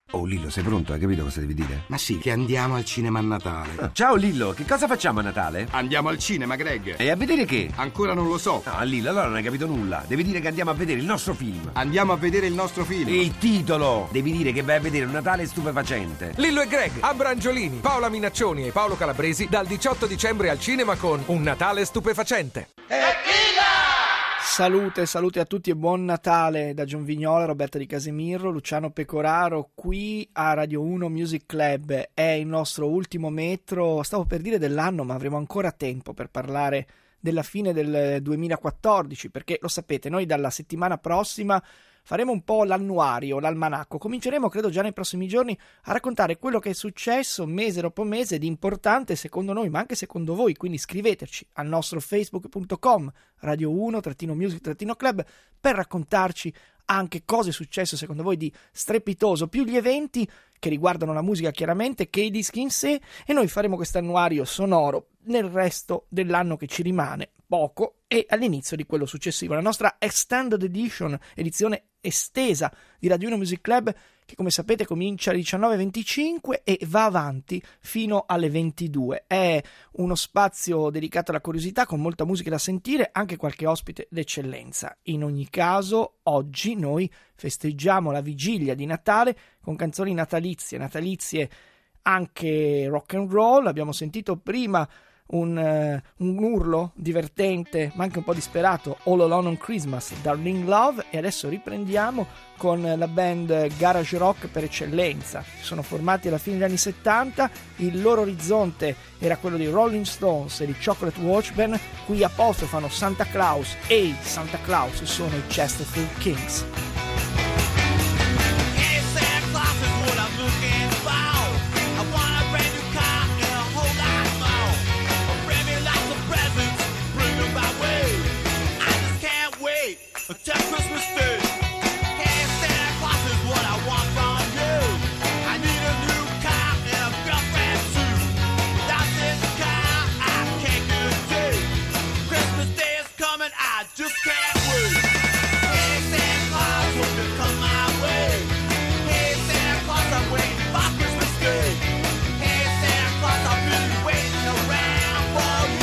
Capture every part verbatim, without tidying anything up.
Oh Lillo, sei pronto? Hai capito cosa devi dire? Ma sì, che andiamo al cinema a Natale. Ah, ciao Lillo, che cosa facciamo a Natale? Andiamo al cinema, Greg. E a vedere che? Ancora non lo so. No, Lillo, allora non hai capito nulla. Devi dire che andiamo a vedere il nostro film. Andiamo a vedere il nostro film. Il titolo! Devi dire che vai a vedere un Natale stupefacente. Lillo e Greg, Abrangiolini, Paola Minaccioni e Paolo Calabresi dal diciotto dicembre al cinema con Un Natale stupefacente. Salute, salute a tutti e buon Natale da John Vignola, Roberta Di Casemiro, Luciano Pecoraro, qui a Radio uno Music Club. È il nostro ultimo metro, stavo per dire dell'anno, ma avremo ancora tempo per parlare della fine del duemilaquattordici, perché lo sapete, noi dalla settimana prossima faremo un po' l'annuario, l'almanacco. Cominceremo, credo già nei prossimi giorni, a raccontare quello che è successo mese dopo mese di importante secondo noi, ma anche secondo voi. Quindi scriveteci al nostro facebook punto com radio uno music club per raccontarci anche cosa è successo secondo voi di strepitoso, più gli eventi che riguardano la musica chiaramente che i dischi in sé, e noi faremo questo annuario sonoro nel resto dell'anno che ci rimane, poco, e all'inizio di quello successivo, la nostra Extended Edition, edizione estesa di Radio uno Music Club, che come sapete comincia alle diciannove e venticinque e va avanti fino alle ventidue. È uno spazio dedicato alla curiosità, con molta musica da sentire, anche qualche ospite d'eccellenza. In ogni caso, oggi noi festeggiamo la vigilia di Natale con canzoni natalizie, natalizie anche rock and roll. Abbiamo sentito prima Un, uh, un urlo divertente ma anche un po' disperato, All Alone on Christmas, Darling Love, e adesso riprendiamo con la band garage rock per eccellenza. Si sono formati alla fine degli anni settanta, il loro orizzonte era quello dei Rolling Stones e di Chocolate Watchman, qui apostrofano Santa Claus, e i Santa Claus sono i Chesterfield Kings. Till Christmas Day. Hey, Santa Claus is what I want from you. I need a new car and a girlfriend too. Without this car, I can't get a day. Christmas Day is coming, I just can't wait. Hey, Santa Claus, won't you come my way? Hey, Santa Claus, I'm waiting for Christmas Day. Hey, Santa Claus, I'll be waiting around for you.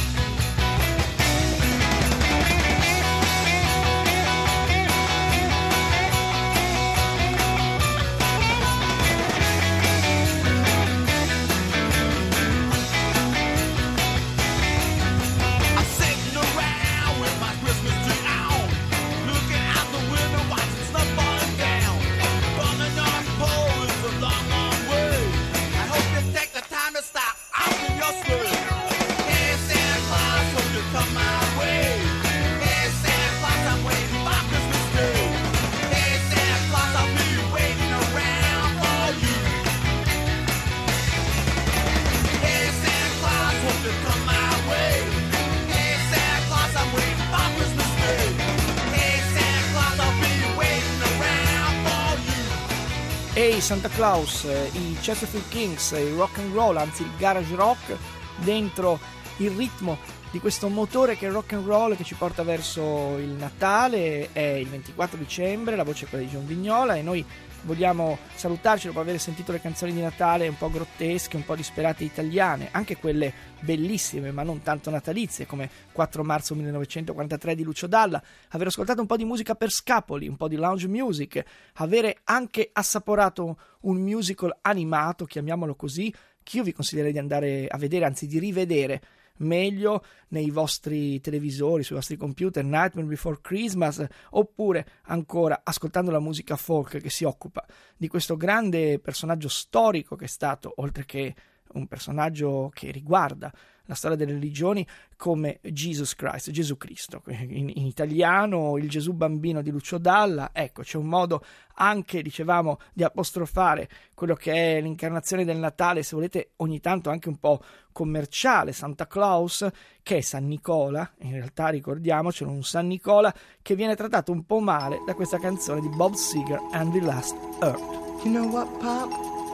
Hey Santa Claus, i Chesterfield Kings, il rock and roll, anzi il garage rock, dentro il ritmo di questo motore che è il rock and roll, che ci porta verso il Natale. È il ventiquattro dicembre, la voce è quella di John Vignola, e noi vogliamo salutarci dopo aver sentito le canzoni di Natale un po' grottesche, un po' disperate italiane, anche quelle bellissime ma non tanto natalizie come quattro marzo millenovecentoquarantatré di Lucio Dalla, aver ascoltato un po' di musica per scapoli, un po' di lounge music, avere anche assaporato un musical animato, chiamiamolo così, che io vi consiglierei di andare a vedere, anzi di rivedere meglio nei vostri televisori, sui vostri computer, Nightmare Before Christmas, oppure ancora ascoltando la musica folk che si occupa di questo grande personaggio storico che è stato, oltre che un personaggio che riguarda la storia delle religioni, come Jesus Christ, Gesù Cristo, in, in italiano il Gesù bambino di Lucio Dalla. Ecco, c'è un modo anche, dicevamo, di apostrofare quello che è l'incarnazione del Natale, se volete ogni tanto anche un po' commerciale, Santa Claus, che è San Nicola. In realtà ricordiamocelo, un San Nicola che viene trattato un po' male da questa canzone di Bob Seger and the Last Earth. You know what, Pop?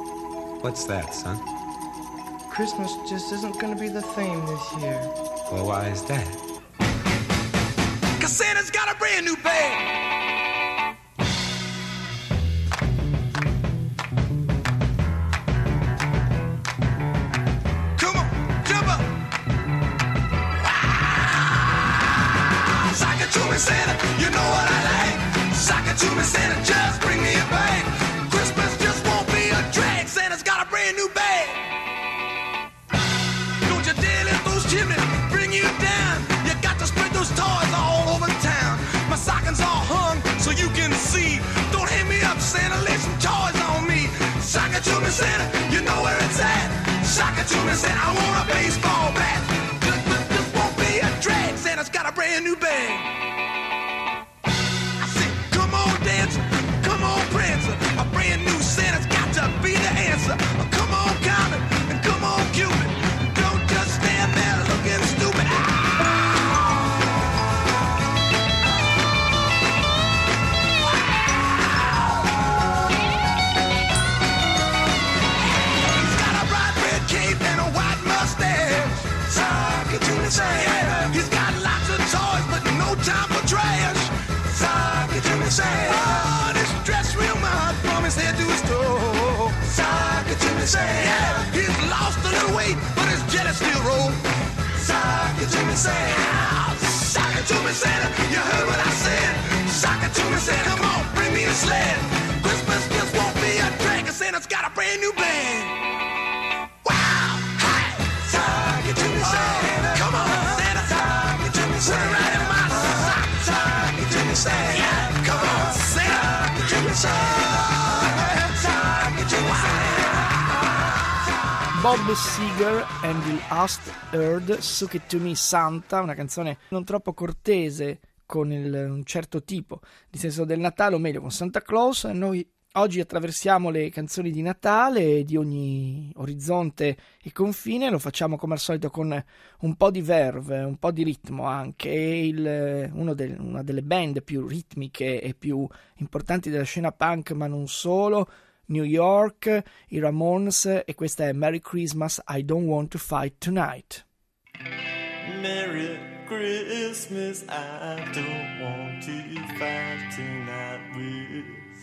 What's that, son? Christmas just isn't gonna be the theme this year. Well, why is that? 'Cause Santa's got a brand new band. Santa, you know what I like. Sock it to me, Santa, just bring me a bag. Christmas just won't be a drag. Santa's got a brand new bag. Don't you dare let those chimneys bring you down. You got to spread those toys all over town. My stockings all hung so you can see. Don't hang me up, Santa, lay some toys on me. Sock it to me, Santa, you know where it's at. Sock it to me, Santa, I want a baseball bat. This, this won't be a drag. Santa's got a brand new bag. I said, come on, dancer, come on, prancer. A brand new Santa's got to be the answer. Come on, Comet, and come on, Cupid. Don't just stand there looking stupid. Santa. He's got lots of toys, but no time for trash. Sock it to me, Santa. Oh, this dress real mud from his head to his toe. Sock it to me, Santa. He's lost a little weight, but his jet is still roll. Sock it to me, Santa. Sock it to me, Santa. You heard what I said. Sock it to me, Santa. Come on, bring me a sled. Christmas just won't be a drag, and Santa's got a brand new band. Wow! Hi! Sock it to me, Santa. Come on, Santa. Sock it to me, Santa. Put it right in my sock. Sock it to me, Santa. Yeah, come on, Santa. Sock it to me, Santa. Sock it to me, Santa. Bob Seger and the Last Earth, Suck It To Me Santa, una canzone non troppo cortese con il, un certo tipo di senso del Natale, o meglio con Santa Claus. Noi oggi attraversiamo le canzoni di Natale di ogni orizzonte e confine, lo facciamo come al solito con un po' di verve, un po' di ritmo anche. Il, uno del, una delle band più ritmiche e più importanti della scena punk, ma non solo, New York, i Ramones, e questa è Merry Christmas, I Don't Want To Fight Tonight. Merry Christmas, I don't want to fight tonight with.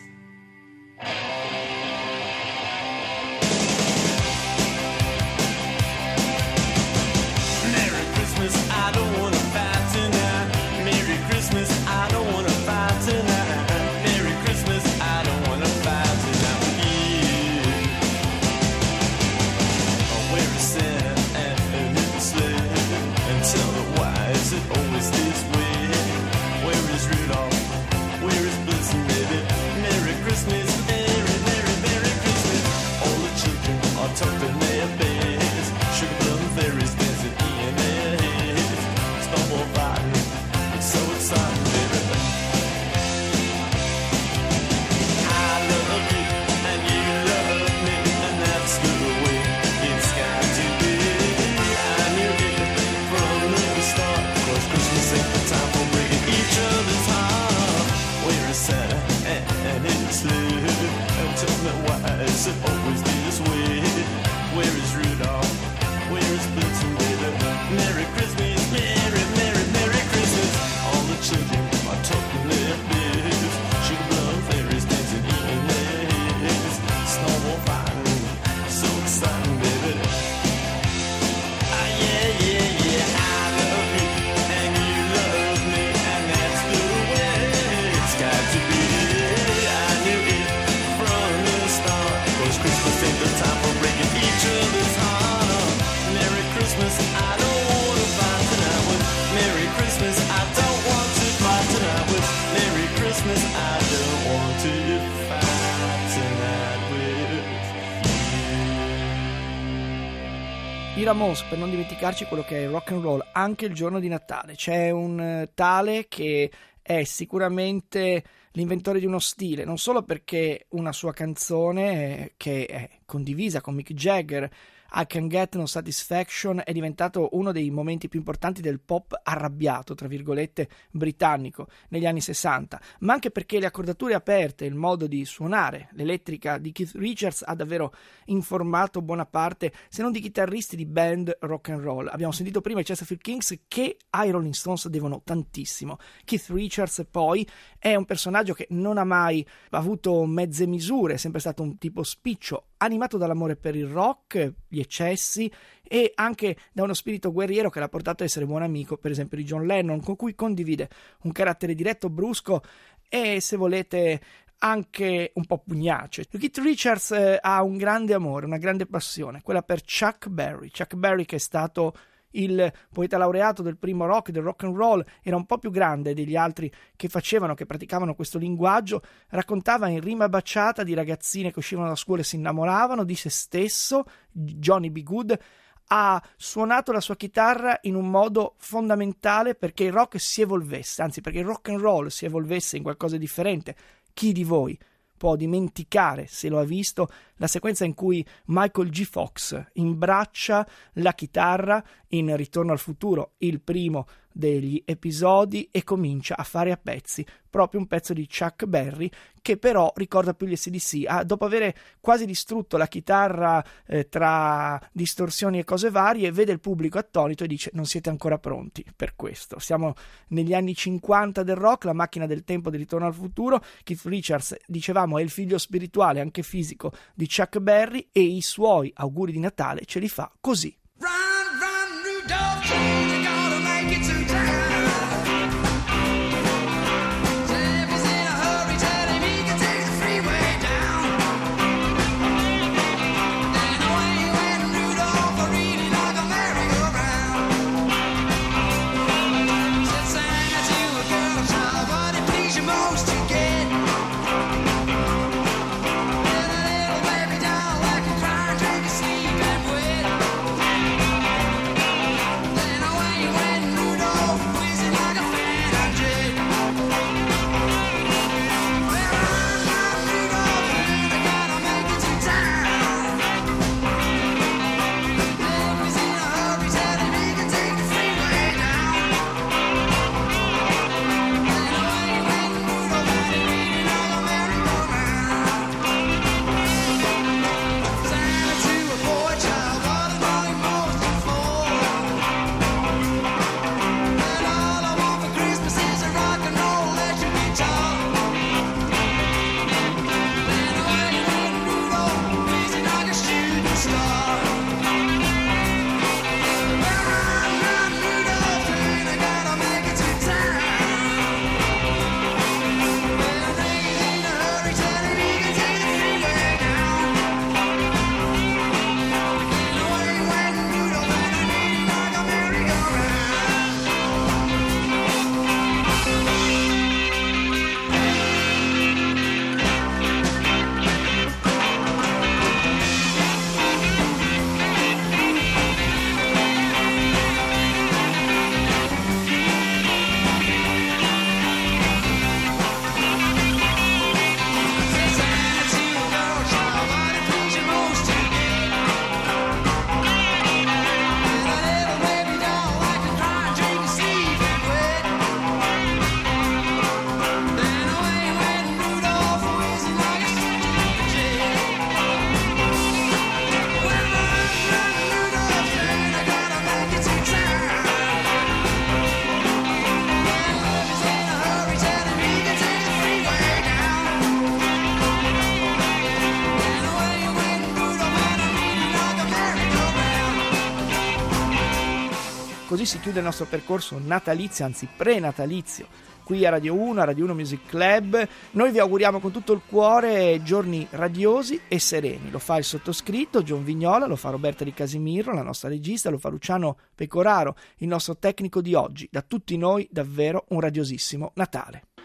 Merry Christmas, I don't want to fight tonight. Merry Christmas, I don't want to fight tonight. Merry Christmas, I don't want to fight tonight with you. Where is Santa and his sled? And tell me, why is it always this way? Where is Rudolph? Where is Blitzen, baby? Merry Christmas, Merry, Merry, Merry Christmas. All the children are tucked in their beds. Sugar plum fairies dancing in their heads. Snowball fighting, it's so exciting, baby. I love you and you love me, and that's the way it's got to be. I knew it from the start, 'cause Christmas ain't the time for breaking each other's heart. Where is Santa and his sled? And tell me, why is it always this way? Where is Rudolph? Where is Blitzen, baby? Merry Christmas, Merry, Merry, Merry Christmas. All the children are tucking their beds. Sugar plum fairies dancing in their heads. Snowball fighting, so exciting, baby. Ah, yeah, yeah, yeah, I love you and you love me, and that's the way it's got to be. I knew it from the start, 'cause Christmas ain't the time for breaking each other's heart. Merry Christmas, I don't want to fight tonight with. Merry Christmas, I don't want to fight tonight with. Merry Christmas, I don't want to fight tonight with you. I Ramones, per non dimenticarci quello che è il rock and roll anche il giorno di Natale. C'è un eh, tale che è sicuramente l'inventore di uno stile, non solo perché una sua canzone eh, che è condivisa con Mick Jagger, I Can Get No Satisfaction, è diventato uno dei momenti più importanti del pop arrabbiato, tra virgolette, britannico negli anni sessanta, ma anche perché le accordature aperte, il modo di suonare, l'elettrica di Keith Richards ha davvero informato buona parte, se non di chitarristi di band rock and roll. Abbiamo sentito prima i Chesterfield Kings, che ai Rolling Stones devono tantissimo. Keith Richards poi è un personaggio che non ha mai avuto mezze misure, è sempre stato un tipo spiccio, animato dall'amore per il rock, gli eccessi e anche da uno spirito guerriero che l'ha portato a essere buon amico, per esempio, di John Lennon, con cui condivide un carattere diretto, brusco e, se volete, anche un po' pugnace. Keith Richards eh, ha un grande amore, una grande passione, quella per Chuck Berry. Chuck Berry, che è stato il poeta laureato del primo rock, del rock and roll, era un po' più grande degli altri che facevano, che praticavano questo linguaggio, raccontava in rima baciata di ragazzine che uscivano da scuola e si innamoravano, di se stesso. Johnny B. Good ha suonato la sua chitarra in un modo fondamentale perché il rock si evolvesse, anzi perché il rock and roll si evolvesse in qualcosa di differente. Chi di voi può dimenticare, se lo ha visto, la sequenza in cui Michael G. Fox imbraccia la chitarra in Ritorno al futuro, il primo degli episodi, e comincia a fare a pezzi proprio un pezzo di Chuck Berry che però ricorda più gli A C D C. Ah, dopo aver quasi distrutto la chitarra eh, tra distorsioni e cose varie, vede il pubblico attonito e dice: non siete ancora pronti per questo. Siamo negli anni cinquanta del rock, la macchina del tempo di Ritorno al futuro. Keith Richards, dicevamo, è il figlio spirituale, anche fisico, di Chuck Berry, e i suoi auguri di Natale ce li fa così. Run, run, Rudolph, you gotta make it to town. If he's in a hurry, tell him he can take the freeway down. And away went Rudolph, really like a merry-go-round. Said Santa to a girl child, what it please you most to get. And a little baby doll like a crying, drink a sleep and wet. Then away went Rudolph, whizzing like a phantom jet. Well, run, run, Rudolph, I gotta make it to town. If he's in a hurry, tell him he can take the freeway down. Then away went Rudolph, really like a merry-go-round. Santa to a boy child, what a loving most for. And all I want for Christmas is a rock and roll electric guitar. Then away went Rudolph, whizzing like a shooting star. Well, run, run, Rudolph, and I gotta make it to town. Well, if he's in a hurry, tell him he can take the freeway down. Then away went Rudolph, and I need like a merry-go-round. Said Santa to a girl child, what it please you most to get. And a little baby doll like a crying, drink a sleep and wet. Then away went Rudolph, whizzing like a stupid jet. Well, run, run, Rudolph, and I gotta make it to town. Well, if he's in a hurry, tell him he can take the freeway down. Then away went Rudolph, and I need like a merry-go-round. Così si chiude il nostro percorso natalizio, anzi prenatalizio, qui a Radio uno, a Radio uno Music Club. Noi vi auguriamo con tutto il cuore giorni radiosi e sereni. Lo fa il sottoscritto, John Vignola, lo fa Roberta Di Casimirro, la nostra regista, lo fa Luciano Pecoraro, il nostro tecnico di oggi. Da tutti noi davvero un radiosissimo Natale.